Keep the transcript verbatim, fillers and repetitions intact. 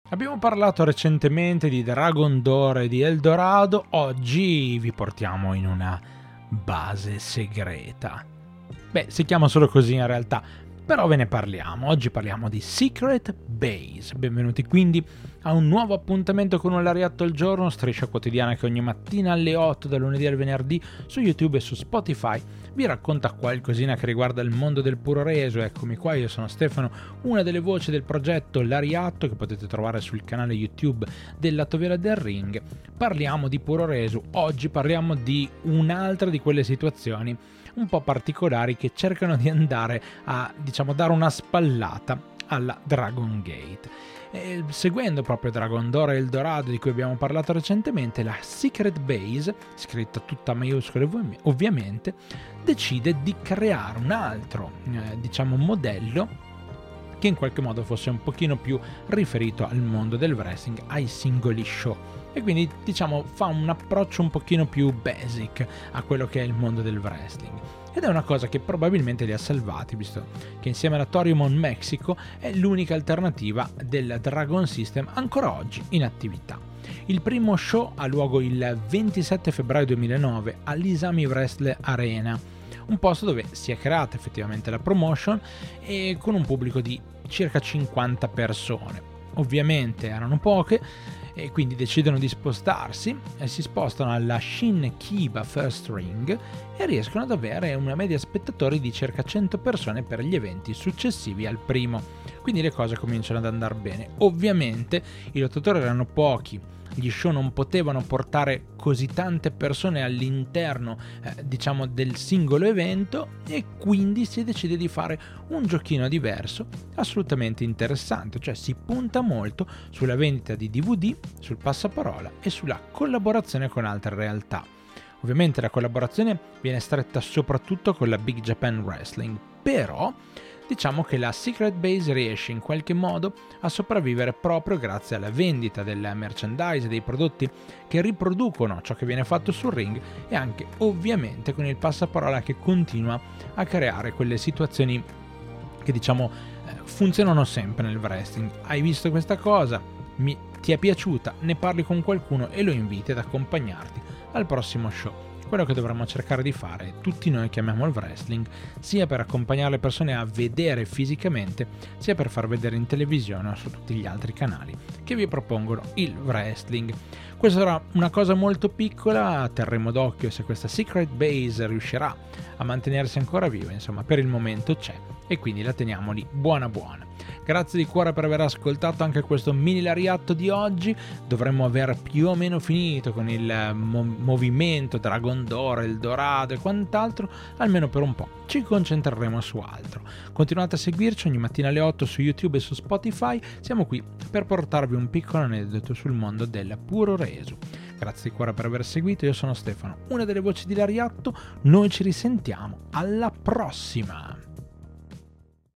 Abbiamo parlato recentemente di Dragon Door e di Eldorado, oggi vi portiamo in una base segreta. Beh, si chiama solo così in realtà, però ve ne parliamo. Oggi parliamo di Secret Base. Benvenuti quindi a un nuovo appuntamento con un Lariatto al giorno, striscia quotidiana che ogni mattina alle otto, dal lunedì al venerdì, su YouTube e su Spotify vi racconta qualcosina che riguarda il mondo del puro reso. Eccomi qua, io sono Stefano, una delle voci del progetto Lariatto che potete trovare sul canale YouTube del Lato Vero del Ring. Parliamo di puro reso, oggi parliamo di un'altra di quelle situazioni un po' particolari che cercano di andare a, diciamo, dare una spallata alla Dragon Gate. E seguendo proprio Dragon Door e Eldorado di cui abbiamo parlato recentemente, la Secret Base, scritta tutta a maiuscole ovviamente, decide di creare un altro, eh, diciamo, modello che in qualche modo fosse un pochino più riferito al mondo del wrestling, ai singoli show. E quindi, diciamo, fa un approccio un pochino più basic a quello che è il mondo del wrestling. Ed è una cosa che probabilmente li ha salvati, visto che insieme alla Toryumon Mexico è l'unica alternativa del Dragon System ancora oggi in attività. Il primo show ha luogo il ventisette febbraio duemilanove all'Isami Wrestle Arena, un posto dove si è creata effettivamente la promotion e con un pubblico di circa cinquanta persone. Ovviamente erano poche e quindi decidono di spostarsi e si spostano alla Shin Kiba First Ring e riescono ad avere una media spettatori di circa cento persone per gli eventi successivi al primo. Quindi le cose cominciano ad andare bene. Ovviamente i lottatori erano pochi, gli show non potevano portare così tante persone all'interno eh, diciamo del singolo evento e quindi si decide di fare un giochino diverso assolutamente interessante, cioè si punta molto sulla vendita di D V D, sul passaparola e sulla collaborazione con altre realtà. Ovviamente la collaborazione viene stretta soprattutto con la Big Japan Wrestling, però diciamo che la Secret Base riesce in qualche modo a sopravvivere proprio grazie alla vendita del merchandise, dei prodotti che riproducono ciò che viene fatto sul ring e anche ovviamente con il passaparola che continua a creare quelle situazioni che diciamo funzionano sempre nel wrestling. Hai visto questa cosa? Mi, ti è piaciuta? Ne parli con qualcuno e lo inviti ad accompagnarti al prossimo show. Quello che dovremmo cercare di fare tutti noi che amiamo il wrestling, sia per accompagnare le persone a vedere fisicamente, sia per far vedere in televisione o su tutti gli altri canali che vi propongono il wrestling. Questa sarà una cosa molto piccola, terremo d'occhio se questa Secret Base riuscirà a mantenersi ancora viva, insomma per il momento c'è e quindi la teniamo lì buona buona. Grazie di cuore per aver ascoltato anche questo mini lariatto di oggi. Dovremmo aver più o meno finito con il mo- movimento Dragon Door, Eldorado e quant'altro, almeno per un po'. Ci concentreremo su altro. Continuate a seguirci ogni mattina alle otto su YouTube e su Spotify. Siamo qui per portarvi un piccolo aneddoto sul mondo del puro reso. Grazie di cuore per aver seguito. Io sono Stefano, una delle voci di Lariatto. Noi ci risentiamo alla prossima.